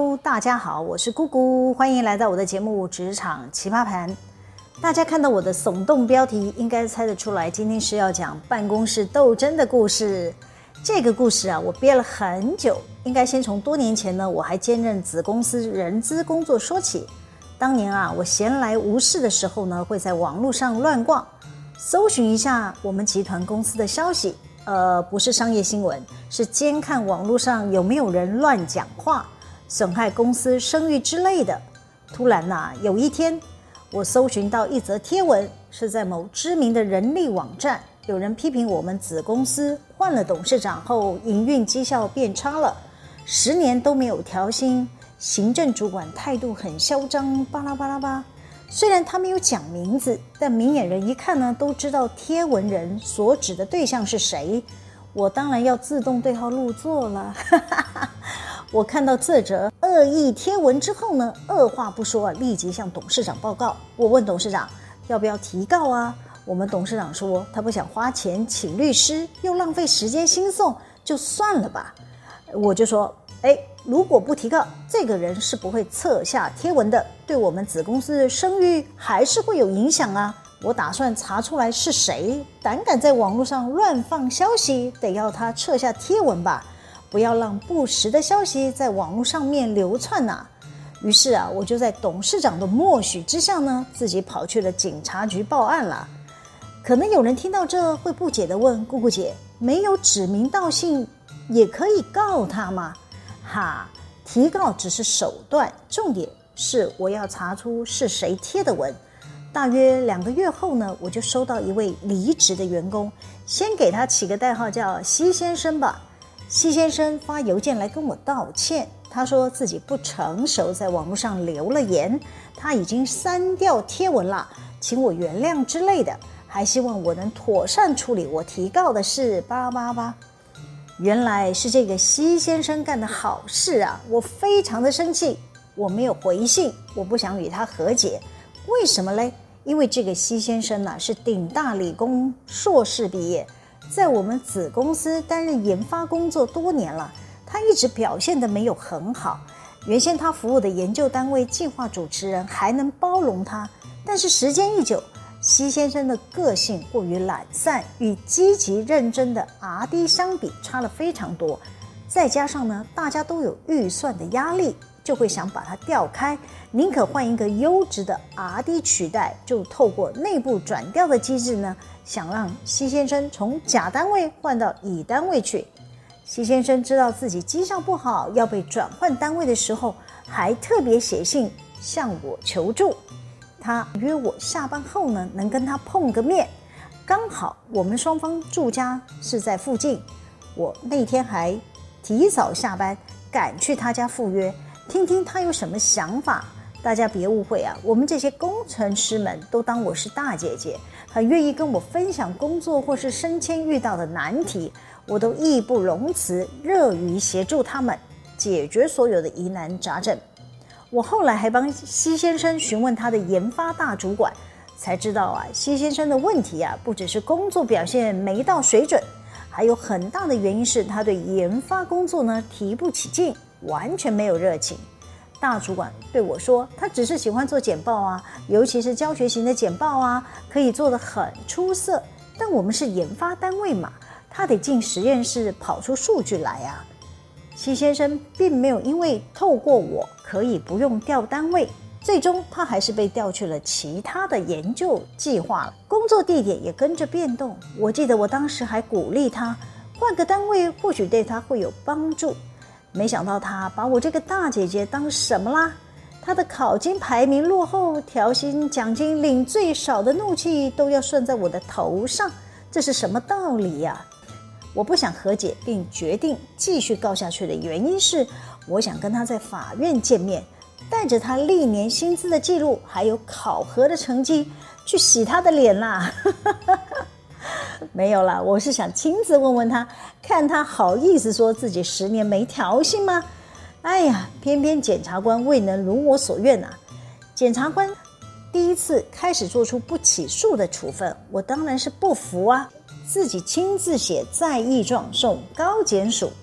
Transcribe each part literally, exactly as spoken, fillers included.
Hello， 大家好，我是姑姑，欢迎来到我的节目《职场奇葩盘》。大家看到我的耸动标题，应该猜得出来，今天是要讲办公室斗争的故事。这个故事啊，我憋了很久，应该先从多年前呢，我还兼任子公司人资工作说起。当年啊，我闲来无事的时候呢，会在网络上乱逛，搜寻一下我们集团公司的消息。呃，不是商业新闻，是监看网络上有没有人乱讲话，损害公司声誉之类的。突然啊，有一天我搜寻到一则贴文，是在某知名的人力网站，有人批评我们子公司换了董事长后，营运绩效变差了，十年都没有调薪，行政主管态度很嚣张，巴拉巴拉巴。虽然他没有讲名字，但明眼人一看呢，都知道贴文人所指的对象是谁。我当然要自动对号入座了。我看到这则恶意贴文之后呢，二话不说啊，立即向董事长报告。我问董事长要不要提告啊？我们董事长说他不想花钱请律师，又浪费时间新送，就算了吧。我就说，哎，如果不提告，这个人是不会撤下贴文的，对我们子公司的声誉还是会有影响啊。我打算查出来是谁胆敢在网络上乱放消息，得要他撤下贴文吧，不要让不实的消息在网络上面流窜啊。于是啊，我就在董事长的默许之下呢，自己跑去了警察局报案了。可能有人听到这会不解地问，姑姑姐，没有指名道姓也可以告他吗？哈，提告只是手段，重点是我要查出是谁贴的文。大约两个月后呢，我就收到一位离职的员工，先给他起个代号叫西先生吧。西先生发邮件来跟我道歉，他说自己不成熟，在网络上留了言，他已经删掉贴文了，请我原谅之类的，还希望我能妥善处理我提告的事，巴巴巴。原来是这个西先生干的好事啊！我非常的生气，我没有回信，我不想与他和解。为什么嘞？因为这个西先生啊，是顶大理工硕士毕业，在我们子公司担任研发工作多年了，他一直表现得没有很好。原先他服务的研究单位计划主持人还能包容他，但是时间一久，西先生的个性过于懒散，与积极认真的 R D 相比差了非常多。再加上呢，大家都有预算的压力，就会想把它调开，宁可换一个优质的 R D 取代，就透过内部转调的机制呢，想让西先生从甲单位换到乙单位去。西先生知道自己绩效不好，要被转换单位的时候，还特别写信向我求助。他约我下班后呢，能跟他碰个面，刚好我们双方住家是在附近，我那天还提早下班赶去他家赴约，听听他有什么想法。大家别误会啊，我们这些工程师们都当我是大姐姐，很愿意跟我分享工作或是升迁遇到的难题，我都义不容辞，乐于协助他们解决所有的疑难杂症。我后来还帮西先生询问他的研发大主管，才知道啊，西先生的问题啊，不只是工作表现没到水准，还有很大的原因是他对研发工作呢提不起劲，完全没有热情。大主管对我说，他只是喜欢做简报啊，尤其是教学型的简报啊，可以做得很出色，但我们是研发单位嘛，他得进实验室跑出数据来啊。西先生并没有因为透过我可以不用调单位，最终他还是被调去了其他的研究计划了，工作地点也跟着变动。我记得我当时还鼓励他换个单位，或许对他会有帮助。没想到他把我这个大姐姐当什么啦？他的考金排名落后，调薪奖金领最少的怒气都要算在我的头上，这是什么道理呀？我不想和解，并决定继续告下去的原因是，我想跟他在法院见面，带着他历年薪资的记录，还有考核的成绩，去洗他的脸啦。没有啦，我是想亲自问问他，看他好意思说自己十年没调薪吗？哎呀，偏偏检察官未能如我所愿啊！检察官第一次开始做出不起诉的处分，我当然是不服啊，自己亲自写再议状送高检署，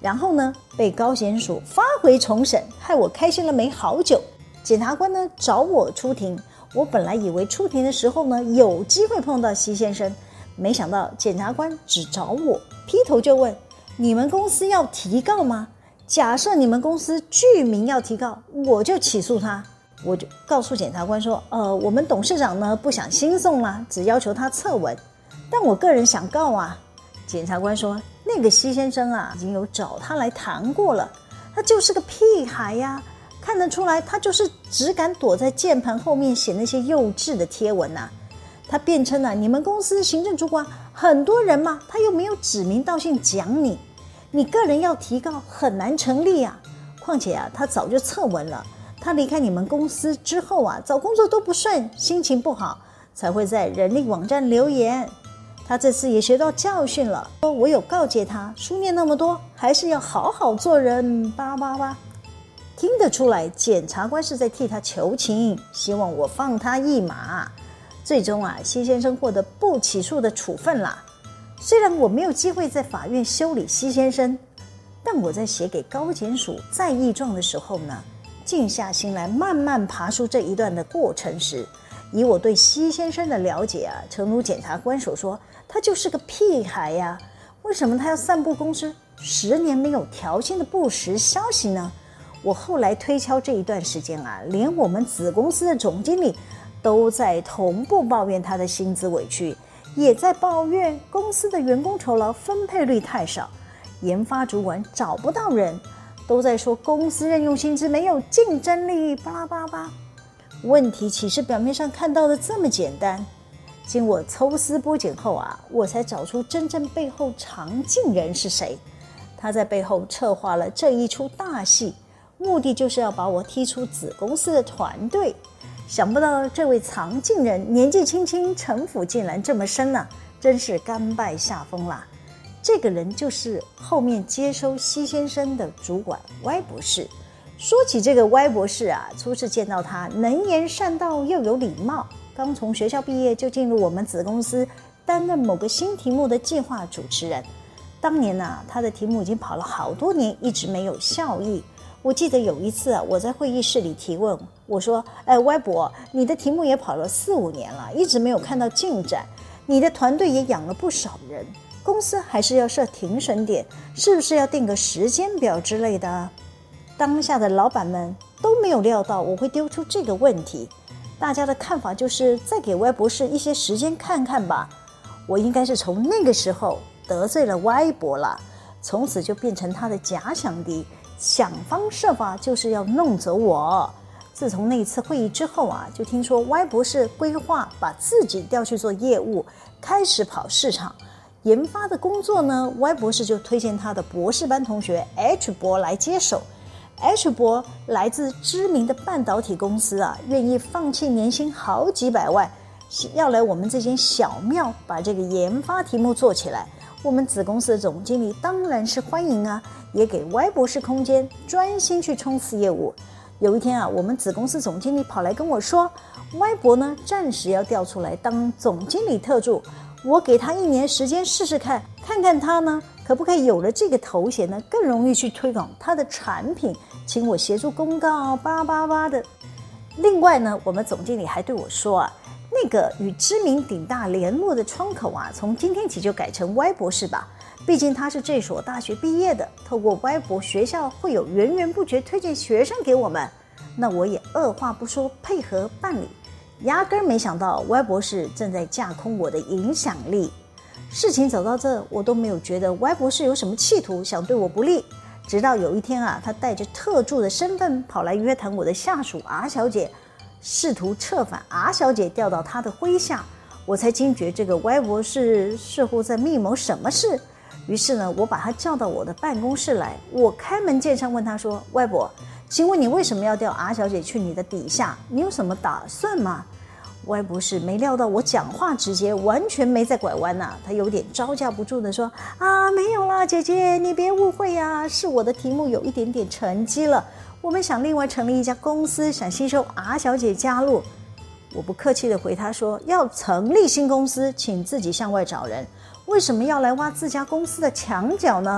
然后呢，被高检署发回重审，害我开心了没好久。检察官呢找我出庭，我本来以为出庭的时候呢有机会碰到西先生，没想到检察官只找我，劈头就问：你们公司要提告吗？假设你们公司具名要提告，我就起诉他。我就告诉检察官说：呃，我们董事长呢不想兴讼啦，只要求他测文，但我个人想告啊。检察官说：那个西先生啊，已经有找他来谈过了，他就是个屁孩呀、啊，看得出来他就是只敢躲在键盘后面写那些幼稚的贴文呐、啊。他辩称啊，你们公司行政主管很多人嘛，他又没有指名道姓讲你，你个人要提告很难成立啊。况且啊，他早就测文了，他离开你们公司之后啊，找工作都不顺，心情不好，才会在人力网站留言。他这次也学到教训了，说我有告诫他，书念那么多，还是要好好做人。叭叭叭，听得出来，检察官是在替他求情，希望我放他一马。最终啊，西先生获得不起诉的处分啦。虽然我没有机会在法院修理西先生，但我在写给高检署再议状的时候呢，静下心来慢慢爬出这一段的过程时，以我对西先生的了解啊，诚如检察官所说，他就是个屁孩呀、啊！为什么他要散布公司十年没有调薪的不实消息呢？我后来推敲这一段时间啊，连我们子公司的总经理都在同步抱怨他的薪资委屈，也在抱怨公司的员工酬劳分配率太少，研发主管找不到人，都在说公司任用薪资没有竞争力，巴拉巴拉巴拉。问题岂是表面上看到的这么简单？经我抽丝剥茧后啊，我才找出真正背后常进人是谁。他在背后策划了这一出大戏，目的就是要把我踢出子公司的团队。想不到这位藏进人年纪轻轻，城府竟然这么深啊，真是甘拜下风啦。这个人就是后面接收西先生的主管歪博士。说起这个歪博士啊，初次见到他，能言善道又有礼貌，刚从学校毕业就进入我们子公司担任某个新题目的计划主持人。当年啊，他的题目已经跑了好多年，一直没有效益。我记得有一次啊，我在会议室里提问，我说：哎，歪博，你的题目也跑了四五年了，一直没有看到进展，你的团队也养了不少人，公司还是要设停损点，是不是要定个时间表之类的？当下的老板们都没有料到我会丢出这个问题，大家的看法就是再给歪博士一些时间看看吧。我应该是从那个时候得罪了歪博了，从此就变成他的假想敌，想方设法就是要弄走我。自从那一次会议之后啊，就听说歪博士规划把自己调去做业务，开始跑市场研发的工作呢，歪博士就推荐他的博士班同学 H 博来接手。H 博来自知名的半导体公司啊，愿意放弃年薪好几百万，要来我们这间小庙把这个研发题目做起来。我们子公司的总经理当然是欢迎啊，也给歪博士空间，专心去冲刺业务。有一天啊，我们子公司总经理跑来跟我说，歪博呢暂时要调出来当总经理特助，我给他一年时间试试看，看看他呢可不可以有了这个头衔呢，更容易去推广他的产品，请我协助公告，叭叭叭的。另外呢，我们总经理还对我说啊，那个与知名顶大联络的窗口啊，从今天起就改成歪博士吧。毕竟他是这所大学毕业的，透过歪博学校会有源源不绝推荐学生给我们。那我也二话不说配合办理，压根没想到歪博士正在架空我的影响力。事情走到这，我都没有觉得歪博士有什么企图想对我不利。直到有一天啊，他带着特助的身份跑来约谈我的下属 R 小姐，试图策反 R 小姐调到他的麾下，我才惊觉这个歪博士似乎在密谋什么事。于是呢，我把他叫到我的办公室来，我开门见山问他说：歪博，请问你为什么要调 R 小姐去你的底下？你有什么打算吗？歪博士没料到我讲话直接，完全没在拐弯啊，他有点招架不住的说：啊，没有啦，姐姐你别误会啊，是我的题目有一点点成绩了，我们想另外成立一家公司，想吸收 R 小姐加入。我不客气的回他说：要成立新公司，请自己向外找人，为什么要来挖自家公司的墙角呢？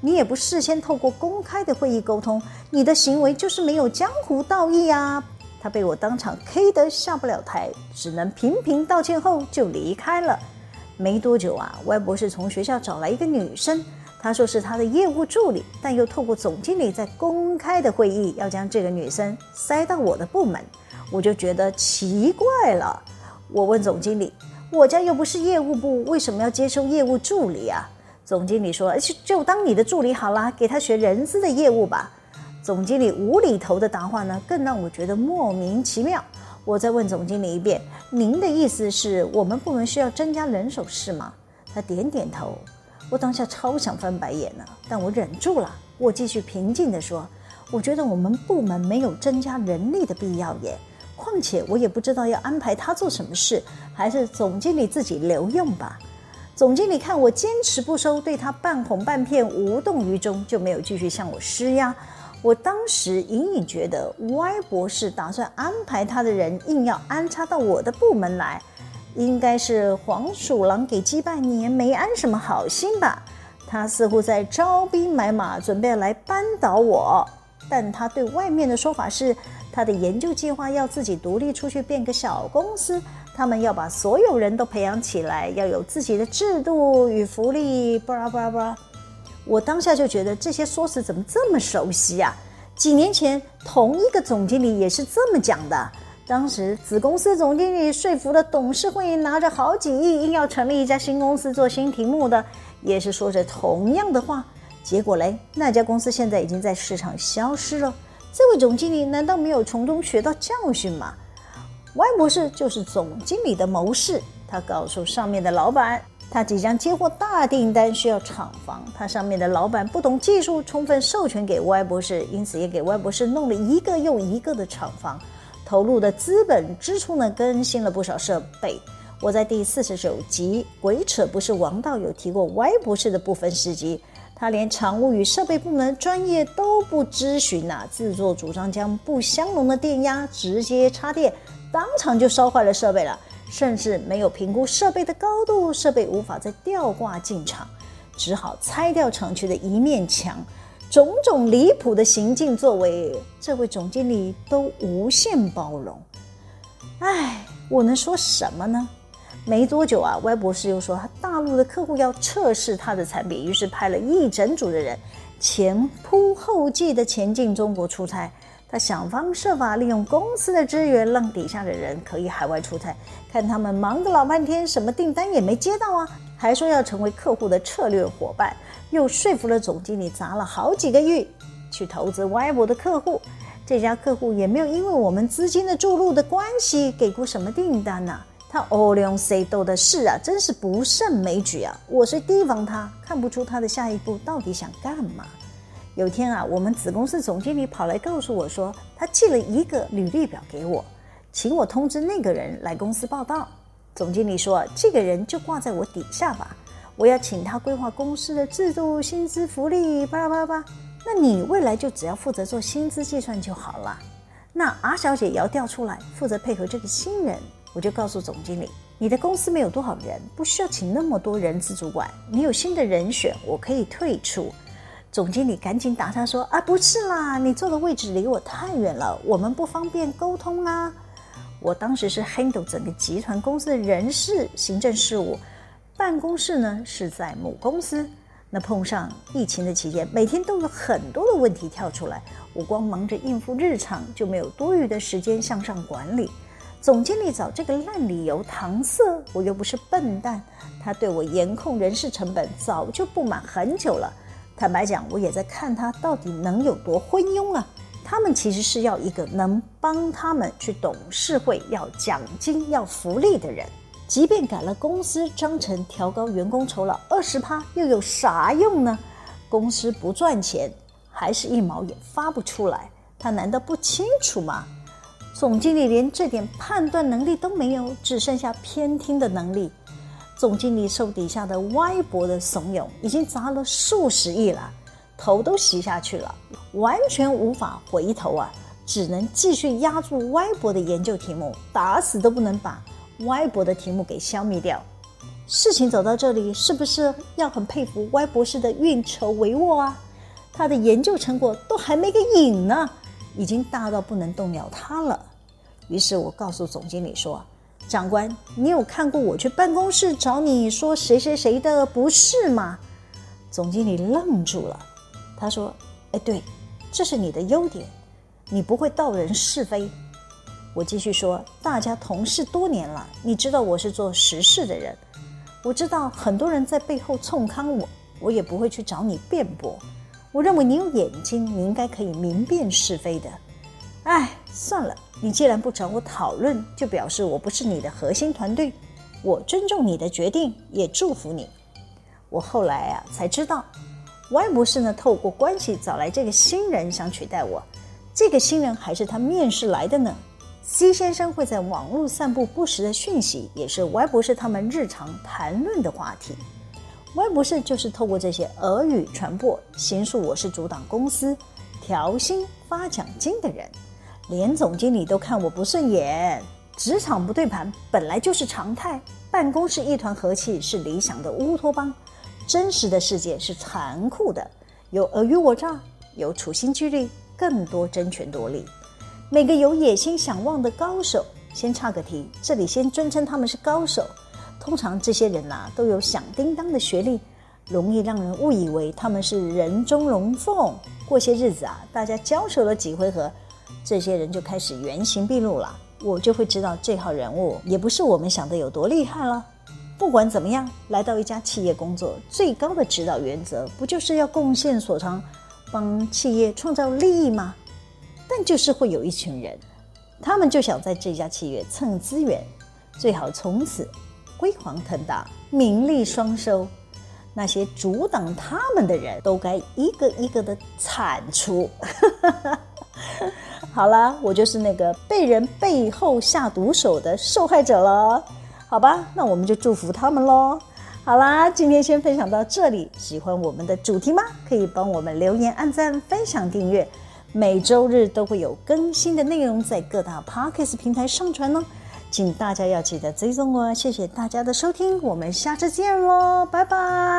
你也不事先透过公开的会议沟通，你的行为就是没有江湖道义啊。他被我当场 K 得下不了台，只能频频道歉后就离开了。没多久啊，歪博士从学校找来一个女生，她说是她的业务助理，但又透过总经理在公开的会议要将这个女生塞到我的部门，我就觉得奇怪了。我问总经理，我家又不是业务部，为什么要接收业务助理啊？总经理说，就当你的助理好啦，给他学人资的业务吧。总经理无厘头的答话呢，更让我觉得莫名其妙。我再问总经理一遍，您的意思是我们部门需要增加人手是吗？他点点头。我当下超想翻白眼了，但我忍住了。我继续平静地说，我觉得我们部门没有增加人力的必要耶，况且我也不知道要安排他做什么事，还是总经理自己留用吧。总经理看我坚持不收，对他半哄半骗无动于衷，就没有继续向我施压。我当时隐隐觉得歪博士打算安排他的人硬要安插到我的部门来，应该是黄鼠狼给鸡拜年，没安什么好心吧。他似乎在招兵买马，准备来扳倒我。但他对外面的说法是，他的研究计划要自己独立出去变个小公司，他们要把所有人都培养起来，要有自己的制度与福利，巴拉巴拉巴拉。我当下就觉得这些说辞怎么这么熟悉啊？几年前同一个总经理也是这么讲的。当时子公司总经理说服了董事会，拿着好几亿硬要成立一家新公司做新题目的，也是说着同样的话。结果嘞，那家公司现在已经在市场消失了。这位总经理难道没有从中学到教训吗？歪博士就是总经理的谋士，他告诉上面的老板，他即将接获大订单，需要厂房。他上面的老板不懂技术，充分授权给歪博士，因此也给歪博士弄了一个又一个的厂房，投入的资本支出呢，更新了不少设备。我在第四十九集鬼扯不是王道有提过歪博士的部分事迹，他连常务与设备部门专业都不咨询啊，自作主张将不相容的电压直接插电，当场就烧坏了设备了，甚至没有评估设备的高度，设备无法再吊挂进场，只好拆掉厂区的一面墙。种种离谱的行径作为，这位总经理都无限包容。唉，我能说什么呢？没多久啊，歪博士又说他大陆的客户要测试他的产品，于是派了一整组的人前仆后继的前进中国出差。他想方设法利用公司的资源，让底下的人可以海外出差，看他们忙得老半天，什么订单也没接到啊，还说要成为客户的策略伙伴，又说服了总经理砸了好几个亿去投资歪博的客户。这家客户也没有因为我们资金的注入的关系给过什么订单啊。他欧量 say 斗的事啊，真是不胜枚举啊！我是提防他，看不出他的下一步到底想干嘛。有天啊，我们子公司总经理跑来告诉我说，他寄了一个履历表给我，请我通知那个人来公司报到。总经理说，这个人就挂在我底下吧，我要请他规划公司的制度、薪资、福利，巴拉巴拉巴拉。那你未来就只要负责做薪资计算就好了。那 R 小姐也要调出来，负责配合这个新人。我就告诉总经理，你的公司没有多少人，不需要请那么多人资主管，你有新的人选，我可以退出。总经理赶紧打他说，啊，不是啦，你坐的位置离我太远了，我们不方便沟通啊。我当时是 handle 整个集团公司的人事行政事务，办公室呢是在母公司。那碰上疫情的期间，每天都有很多的问题跳出来，我光忙着应付日常，就没有多余的时间向上管理。总经理找这个烂理由搪塞，我又不是笨蛋，他对我严控人事成本早就不满很久了。坦白讲，我也在看他到底能有多昏庸啊。他们其实是要一个能帮他们去董事会要奖金要福利的人，即便改了公司章程，调高员工酬劳 百分之二十， 又有啥用呢？公司不赚钱，还是一毛也发不出来，他难道不清楚吗？总经理连这点判断能力都没有，只剩下偏听的能力。总经理受底下的歪博的怂恿，已经砸了数十亿了，头都洗下去了，完全无法回头啊，只能继续压住歪博的研究题目，打死都不能把歪博的题目给消灭掉。 事情走到这里，是不是要很佩服 Y 博士的运筹帷幄啊？他的研究成果都还没个影呢，已经大到不能动摇他了。于是我告诉总经理说，长官，你有看过我去办公室找你说谁谁谁的不是吗？总经理愣住了，他说，哎，对，这是你的优点，你不会道人是非。我继续说，大家同事多年了，你知道我是做实事的人，我知道很多人在背后冲康我，我也不会去找你辩驳。我认为你有眼睛，你应该可以明辨是非的。哎，算了，你既然不找我讨论，就表示我不是你的核心团队。我尊重你的决定，也祝福你。我后来啊才知道 Y 博士呢透过关系找来这个新人想取代我，这个新人还是他面试来的呢。C 先生会在网络散布不实的讯息，也是 Y 博士他们日常谈论的话题。Y 博士就是透过这些耳语传播，形塑我是阻挡公司调薪发奖金的人，连总经理都看我不顺眼。职场不对盘本来就是常态，办公室一团和气是理想的乌托邦，真实的世界是残酷的，有尔虞我诈，有处心积虑，更多争权夺利。每个有野心想望的高手，先岔个题，这里先尊称他们是高手。通常这些人啊都有响叮当的学历，容易让人误以为他们是人中龙凤。过些日子啊，大家交手了几回合，这些人就开始原形毕露了，我就会知道这号人物也不是我们想的有多厉害了。不管怎么样，来到一家企业工作，最高的指导原则不就是要贡献所长，帮企业创造利益吗？但就是会有一群人，他们就想在这家企业蹭资源，最好从此辉煌腾达，名利双收。那些阻挡他们的人都该一个一个的铲除。好啦，我就是那个被人背后下毒手的受害者了，好吧，那我们就祝福他们咯。好啦，今天先分享到这里，喜欢我们的主题吗？可以帮我们留言按赞分享订阅，每周日都会有更新的内容在各大 Podcast 平台上传哦，请大家要记得追踪我，谢谢大家的收听，我们下次见咯，拜拜。